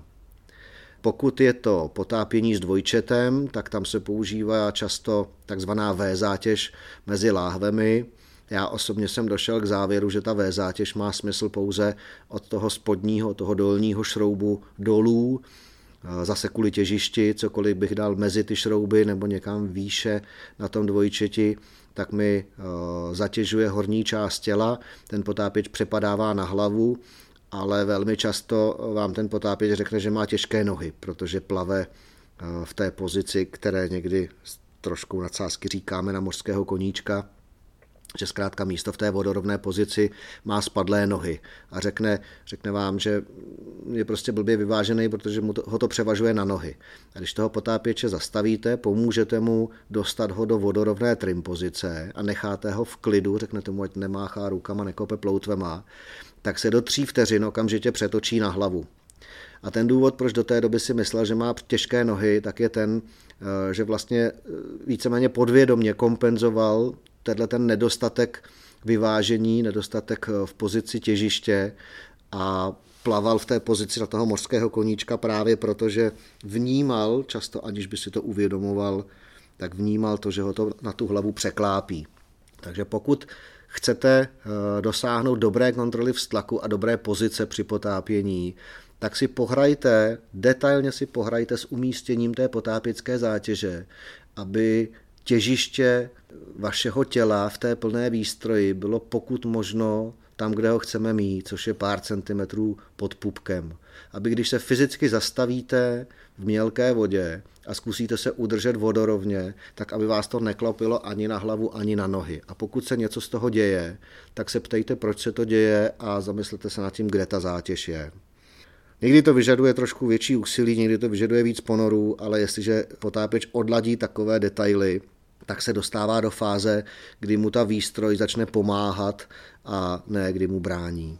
Pokud je to potápění s dvojčetem, tak tam se používá často takzvaná V-zátěž mezi láhvemi. Já osobně jsem došel k závěru, že ta V-zátěž má smysl pouze od toho spodního, toho dolního šroubu dolů, zase kvůli těžišti, cokoliv bych dal mezi ty šrouby nebo někam výše na tom dvojčeti, tak mi zatěžuje horní část těla, ten potápěč přepadává na hlavu, ale velmi často vám ten potápěč řekne, že má těžké nohy, protože plave v té pozici, které někdy s troškou nadsázky říkáme na mořského koníčka, že zkrátka místo v té vodorovné pozici má spadlé nohy a řekne vám, že je prostě blbě vyvážený, protože ho to převažuje na nohy. A když toho potápěče zastavíte, pomůžete mu dostat ho do vodorovné trim pozice a necháte ho v klidu, řeknete mu, ať nemáchá rukama, nekope ploutvema, tak se do 3 vteřin okamžitě přetočí na hlavu. A ten důvod, proč do té doby si myslel, že má těžké nohy, tak je ten, že vlastně víceméně podvědomě kompenzoval ten nedostatek vyvážení, nedostatek v pozici těžiště a plaval v té pozici na toho mořského koníčka právě protože vnímal, často aniž by si to uvědomoval, tak vnímal to, že ho to na tu hlavu překlápí. Takže pokud chcete dosáhnout dobré kontroly vztlaku a dobré pozice při potápění, tak si pohrajte, detailně si pohrajte s umístěním té potápěcké zátěže, aby těžiště vašeho těla v té plné výstroji bylo pokud možno tam, kde ho chceme mít, což je pár centimetrů pod pupkem. Aby když se fyzicky zastavíte v mělké vodě a zkusíte se udržet vodorovně, tak aby vás to neklopilo ani na hlavu, ani na nohy. A pokud se něco z toho děje, tak se ptejte, proč se to děje a zamyslete se nad tím, kde ta zátěž je. Někdy to vyžaduje trošku větší úsilí, někdy to vyžaduje víc ponorů, ale jestliže potápěč odladí takové detaily, tak se dostává do fáze, kdy mu ta výstroj začne pomáhat a ne kdy mu brání.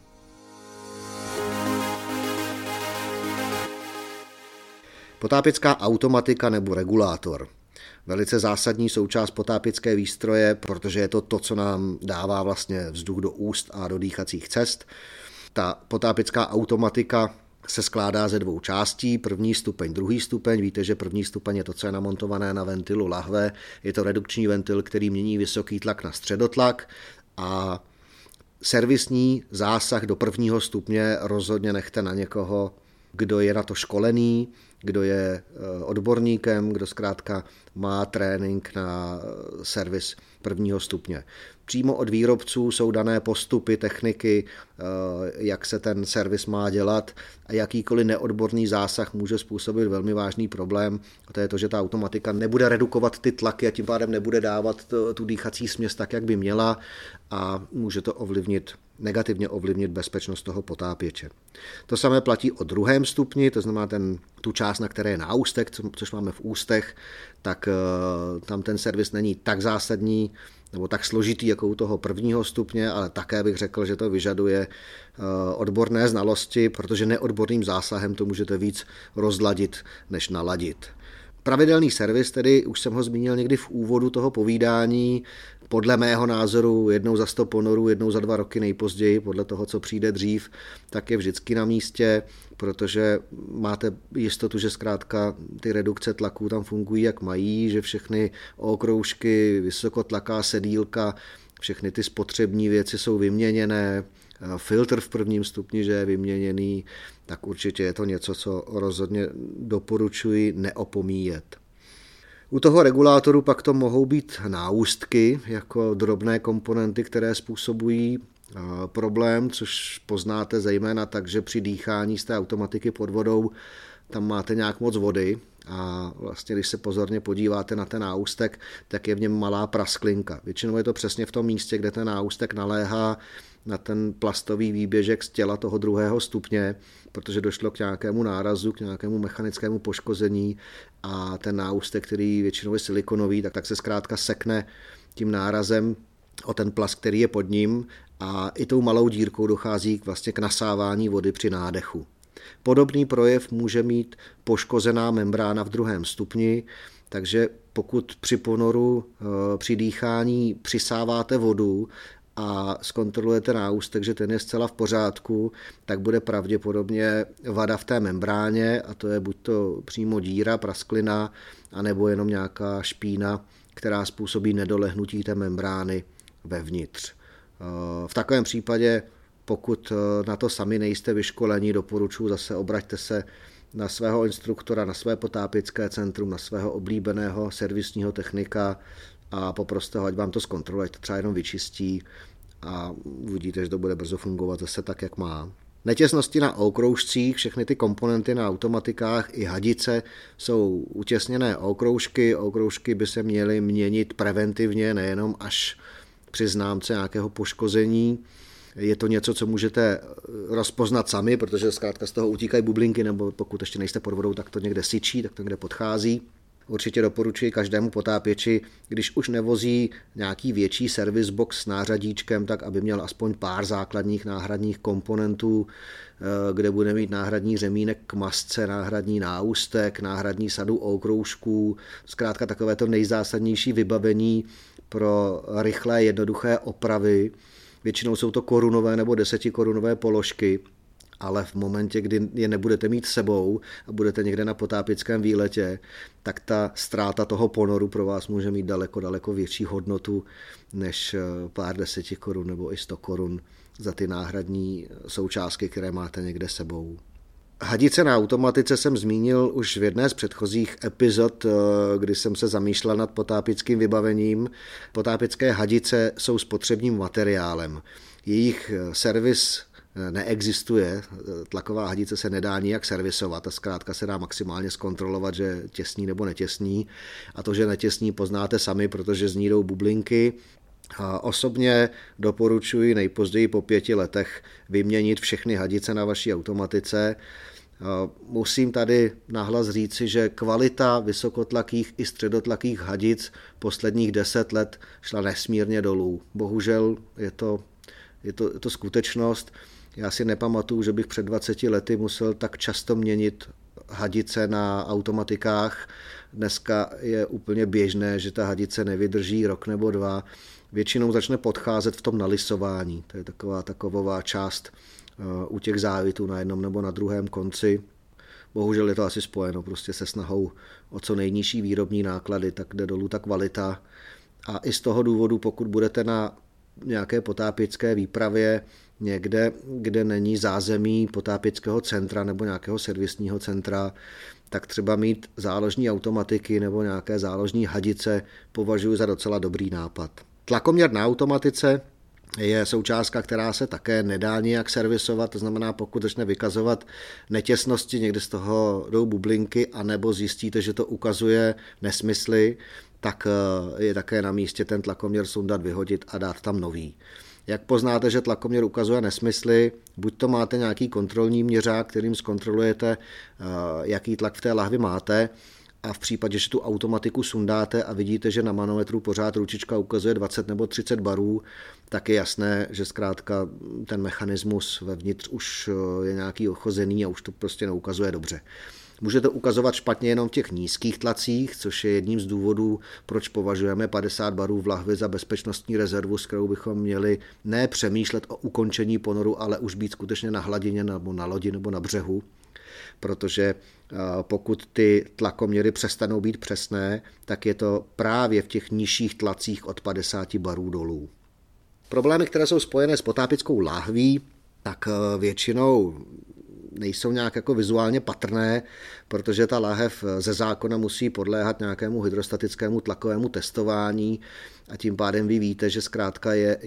Potápěcká automatika nebo regulátor. Velice zásadní součást potápěcké výstroje, protože je to, co nám dává vlastně vzduch do úst a do dýchacích cest. Ta potápěcká automatika se skládá ze 2 částí, první stupeň, druhý stupeň. Víte, že první stupeň je to, co je namontované na ventilu lahve. Je to redukční ventil, který mění vysoký tlak na středotlak a servisní zásah do prvního stupně rozhodně nechte na někoho, kdo je na to školený, kdo je odborníkem, kdo zkrátka má trénink na servis prvního stupně. Přímo od výrobců jsou dané postupy, techniky, jak se ten servis má dělat a jakýkoliv neodborný zásah může způsobit velmi vážný problém. A to je to, že ta automatika nebude redukovat ty tlaky a tím pádem nebude dávat tu dýchací směs tak, jak by měla a může to negativně ovlivnit bezpečnost toho potápěče. To samé platí o druhém stupni, to znamená tu část, na které je náustek, což máme v ústech, tak tam ten servis není tak zásadní nebo tak složitý jako u toho prvního stupně, ale také bych řekl, že to vyžaduje odborné znalosti, protože neodborným zásahem to můžete víc rozladit, než naladit. Pravidelný servis, tedy už jsem ho zmínil někdy v úvodu toho povídání, Podle mého názoru jednou za 100 ponorů, jednou za 2 roky nejpozději, podle toho, co přijde dřív, tak je vždycky na místě, protože máte jistotu, že zkrátka ty redukce tlaků tam fungují, jak mají, že všechny okroužky, vysokotlaká sedílka, všechny ty spotřební věci jsou vyměněné, filtr v prvním stupni, že je vyměněný, tak určitě je to něco, co rozhodně doporučuji neopomíjet. U toho regulátoru pak to mohou být náustky jako drobné komponenty, které způsobují problém, což poznáte zejména tak, že při dýchání z té automatiky pod vodou tam máte nějak moc vody a vlastně, když se pozorně podíváte na ten náustek, tak je v něm malá prasklinka. Většinou je to přesně v tom místě, kde ten náustek naléhá na ten plastový výběžek z těla toho druhého stupně, protože došlo k nějakému nárazu, k nějakému mechanickému poškození a ten náustek, který většinou je silikonový, tak se zkrátka sekne tím nárazem o ten plast, který je pod ním a i tou malou dírkou dochází vlastně k nasávání vody při nádechu. Podobný projev může mít poškozená membrána v druhém stupni, takže pokud při ponoru, při dýchání přisáváte vodu a zkontrolujete náustek, že ten je zcela v pořádku, tak bude pravděpodobně vada v té membráně a to je buď to přímo díra, prasklina, anebo jenom nějaká špína, která způsobí nedolehnutí té membrány vevnitř. V takovém případě, pokud na to sami nejste vyškolení, doporučuji zase obraťte se na svého instruktora, na své potápěcké centrum, na svého oblíbeného servisního technika a poproste ho, ať vám to zkontroluje, to třeba jenom vyčistí a uvidíte, že to bude brzo fungovat zase tak, jak má. Netěsnosti na okroužcích, všechny ty komponenty na automatikách i hadice jsou utěsněné okroužky. Okroužky by se měly měnit preventivně, nejenom až při známce nějakého poškození. Je to něco, co můžete rozpoznat sami, protože zkrátka z toho utíkají bublinky, nebo pokud ještě nejste pod vodou, tak to někde syčí, tak to někde podchází. Určitě doporučuji každému potápěči, když už nevozí nějaký větší service box s nářadíčkem, tak aby měl aspoň pár základních náhradních komponentů, kde bude mít náhradní řemínek k masce, náhradní náustek, náhradní sadu okroužků, zkrátka takové to nejzásadnější vybavení pro rychlé, jednoduché opravy. Většinou jsou to korunové nebo 10korunové položky, ale v momentě, kdy je nebudete mít sebou a budete někde na potápěckém výletě, tak ta ztráta toho ponoru pro vás může mít daleko větší hodnotu než pár 10 korun nebo i 100 korun za ty náhradní součástky, které máte někde sebou. Hadice na automatice jsem zmínil už v jedné z předchozích epizod, kdy jsem se zamýšlel nad potápěckým vybavením. Potápěcké hadice jsou spotřebním materiálem. Jejich servis neexistuje, tlaková hadice se nedá nijak servisovat a zkrátka se dá maximálně zkontrolovat, že těsní nebo netěsní. A to, že netěsní, poznáte sami, protože z ní jdou bublinky. Osobně doporučuji nejpozději po 5 letech vyměnit všechny hadice na vaší automatice. Musím tady nahlas říci, že kvalita vysokotlakých i středotlakých hadic posledních 10 let šla nesmírně dolů. Bohužel je to skutečnost. Já si nepamatuju, že bych před 20 lety musel tak často měnit hadice na automatikách. Dneska je úplně běžné, že ta hadice nevydrží rok nebo 2. Většinou začne podcházet v tom nalisování. To je taková část u těch závitů na jednom nebo na druhém konci. Bohužel je to asi spojeno prostě se snahou o co nejnižší výrobní náklady, tak jde dolů ta kvalita. A i z toho důvodu, pokud budete na nějaké potápěcké výpravě někde, kde není zázemí potápěckého centra nebo nějakého servisního centra, tak třeba mít záložní automatiky nebo nějaké záložní hadice považuji za docela dobrý nápad. Tlakoměr na automatice je součástka, která se také nedá nijak servisovat, to znamená, pokud začne vykazovat netěsnosti, někde z toho jdou bublinky, anebo zjistíte, že to ukazuje nesmysly, tak je také na místě ten tlakoměr sundat, vyhodit a dát tam nový. Jak poznáte, že tlakoměr ukazuje nesmysly, buď to máte nějaký kontrolní měřák, kterým zkontrolujete, jaký tlak v té lahvi máte, a v případě, že tu automatiku sundáte a vidíte, že na manometru pořád ručička ukazuje 20 nebo 30 barů, tak je jasné, že zkrátka ten mechanismus vevnitř už je nějaký ochozený a už to prostě neukazuje dobře. Může to ukazovat špatně jenom v těch nízkých tlacích, což je jedním z důvodů, proč považujeme 50 barů v lahvi za bezpečnostní rezervu, s kterou bychom měli ne přemýšlet o ukončení ponoru, ale už být skutečně na hladině nebo na lodi nebo na břehu. Protože pokud ty tlakoměry přestanou být přesné, tak je to právě v těch nižších tlacích od 50 barů dolů. Problémy, které jsou spojené s potápěckou láhví, tak většinou nejsou nějak jako vizuálně patrné, protože ta láhev ze zákona musí podléhat nějakému hydrostatickému tlakovému testování a tím pádem vy víte, že zkrátka je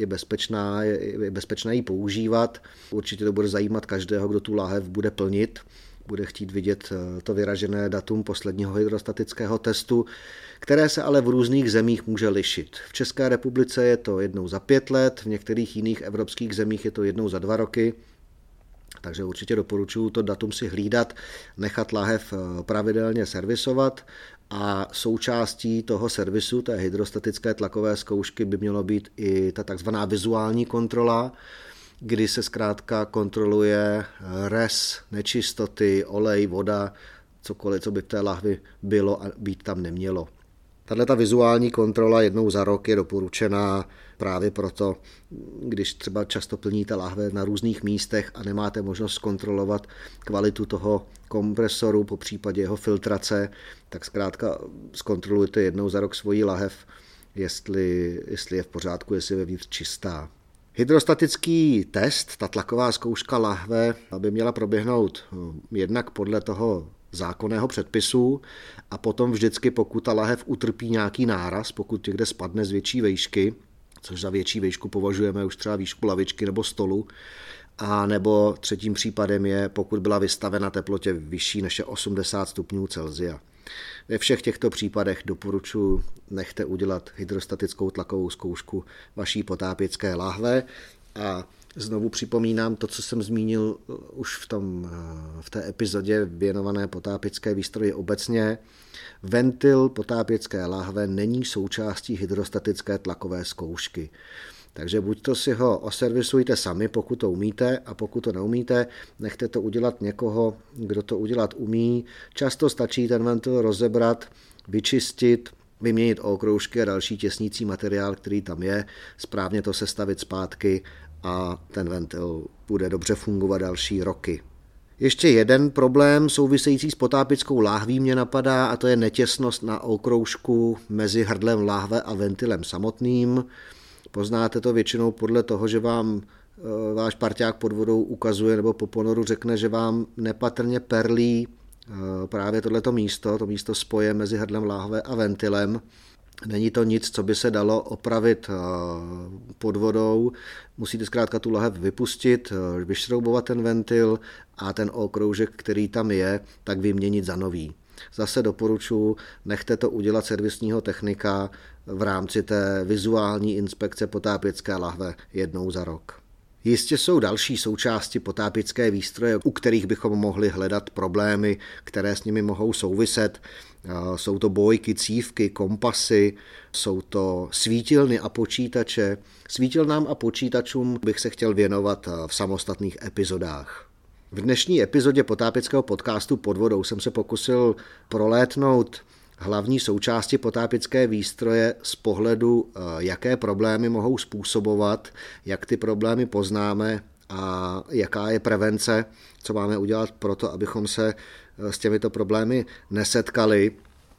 bezpečná ji používat. Určitě to bude zajímat každého, kdo tu láhev bude plnit, bude chtít vidět to vyražené datum posledního hydrostatického testu, které se ale v různých zemích může lišit. V České republice je to jednou za 5 let, v některých jiných evropských zemích je to jednou za 2 roky, takže určitě doporučuji to datum si hlídat, nechat láhev pravidelně servisovat a součástí toho servisu, té hydrostatické tlakové zkoušky, by mělo být i ta takzvaná vizuální kontrola, kdy se zkrátka kontroluje rez, nečistoty, olej, voda, cokoliv, co by v té lahvi bylo a být tam nemělo. Tato vizuální kontrola jednou za rok je doporučená právě proto, když třeba často plníte láhve na různých místech a nemáte možnost zkontrolovat kvalitu toho kompresoru, po případě jeho filtrace, tak zkrátka zkontrolujte jednou za rok svoji lahev, jestli je v pořádku, jestli je vevnitř čistá. Hydrostatický test, ta tlaková zkouška lahve, by měla proběhnout jednak podle toho zákonného předpisu a potom vždycky, pokud ta lahev utrpí nějaký náraz, pokud někde spadne z větší výšky, což za větší výšku považujeme už třeba výšku lavičky nebo stolu, a nebo třetím případem je, pokud byla vystavena teplotě vyšší než je 80 stupňů Celsia. Ve všech těchto případech doporučuji, nechte udělat hydrostatickou tlakovou zkoušku vaší potápěcké láhve a znovu připomínám to, co jsem zmínil už v té epizodě věnované potápěcké výstroji obecně. Ventil potápěcké láhve není součástí hydrostatické tlakové zkoušky. Takže buď to si ho oservisujte sami, pokud to umíte, a pokud to neumíte, nechte to udělat někoho, kdo to udělat umí. Často stačí ten ventil rozebrat, vyčistit, vyměnit okroužky a další těsnící materiál, který tam je, správně to sestavit zpátky a ten ventil bude dobře fungovat další roky. Ještě jeden problém související s potápěckou láhví mě napadá, a to je netěsnost na okroužku mezi hrdlem láhve a ventilem samotným. Poznáte to většinou podle toho, že vám váš parťák pod vodou ukazuje nebo po ponoru řekne, že vám nepatrně perlí právě to místo spoje mezi hrdlem láhve a ventilem. Není to nic, co by se dalo opravit pod vodou. Musíte zkrátka tu lahev vypustit, vyšroubovat ten ventil a ten okroužek, který tam je, tak vyměnit za nový. Zase doporučuji, nechte to udělat servisního technika v rámci té vizuální inspekce potápěcké lahve jednou za rok. Jistě jsou další součásti potápěcké výstroje, u kterých bychom mohli hledat problémy, které s nimi mohou souviset. Jsou to bojky, cívky, kompasy, jsou to svítilny a počítače. Svítilnám a počítačům bych se chtěl věnovat v samostatných epizodách. V dnešní epizodě potápěckého podcastu Pod vodou jsem se pokusil prolétnout hlavní součásti potápěcké výstroje z pohledu, jaké problémy mohou způsobovat, jak ty problémy poznáme a jaká je prevence, co máme udělat pro to, abychom se s těmito problémy nesetkali.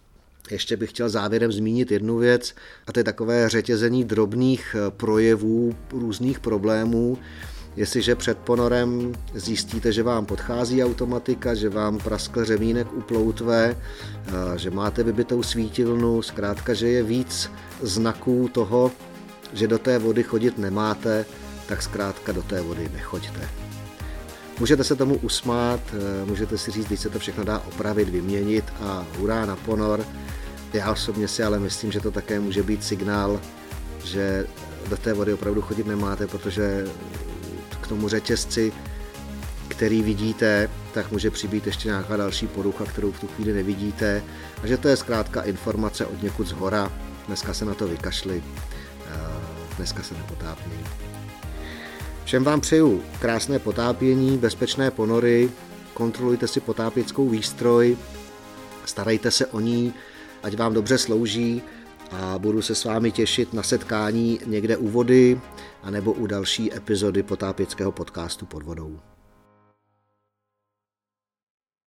Ještě bych chtěl závěrem zmínit jednu věc, a to je takové řetězení drobných projevů různých problémů. Jestliže před ponorem zjistíte, že vám podchází automatika, že vám praskl řemínek u ploutve, že máte vybitou svítilnu, zkrátka, že je víc znaků toho, že do té vody chodit nemáte, tak zkrátka do té vody nechoďte. Můžete se tomu usmát, můžete si říct, když se to všechno dá opravit, vyměnit a hurá na ponor. Já osobně si ale myslím, že to také může být signál, že do té vody opravdu chodit nemáte, protože k tomu řetězci, který vidíte, tak může přibýt ještě nějaká další porucha, kterou v tu chvíli nevidíte. A že to je zkrátka informace od někud zhora. Dneska se na to vykašli, dneska se nepotápějí. Všem vám přeju krásné potápění, bezpečné ponory, zkontrolujte si potápěckou výstroj, starejte se o ní, ať vám dobře slouží a budu se s vámi těšit na setkání někde u vody anebo u další epizody potápěckého podcastu Pod vodou.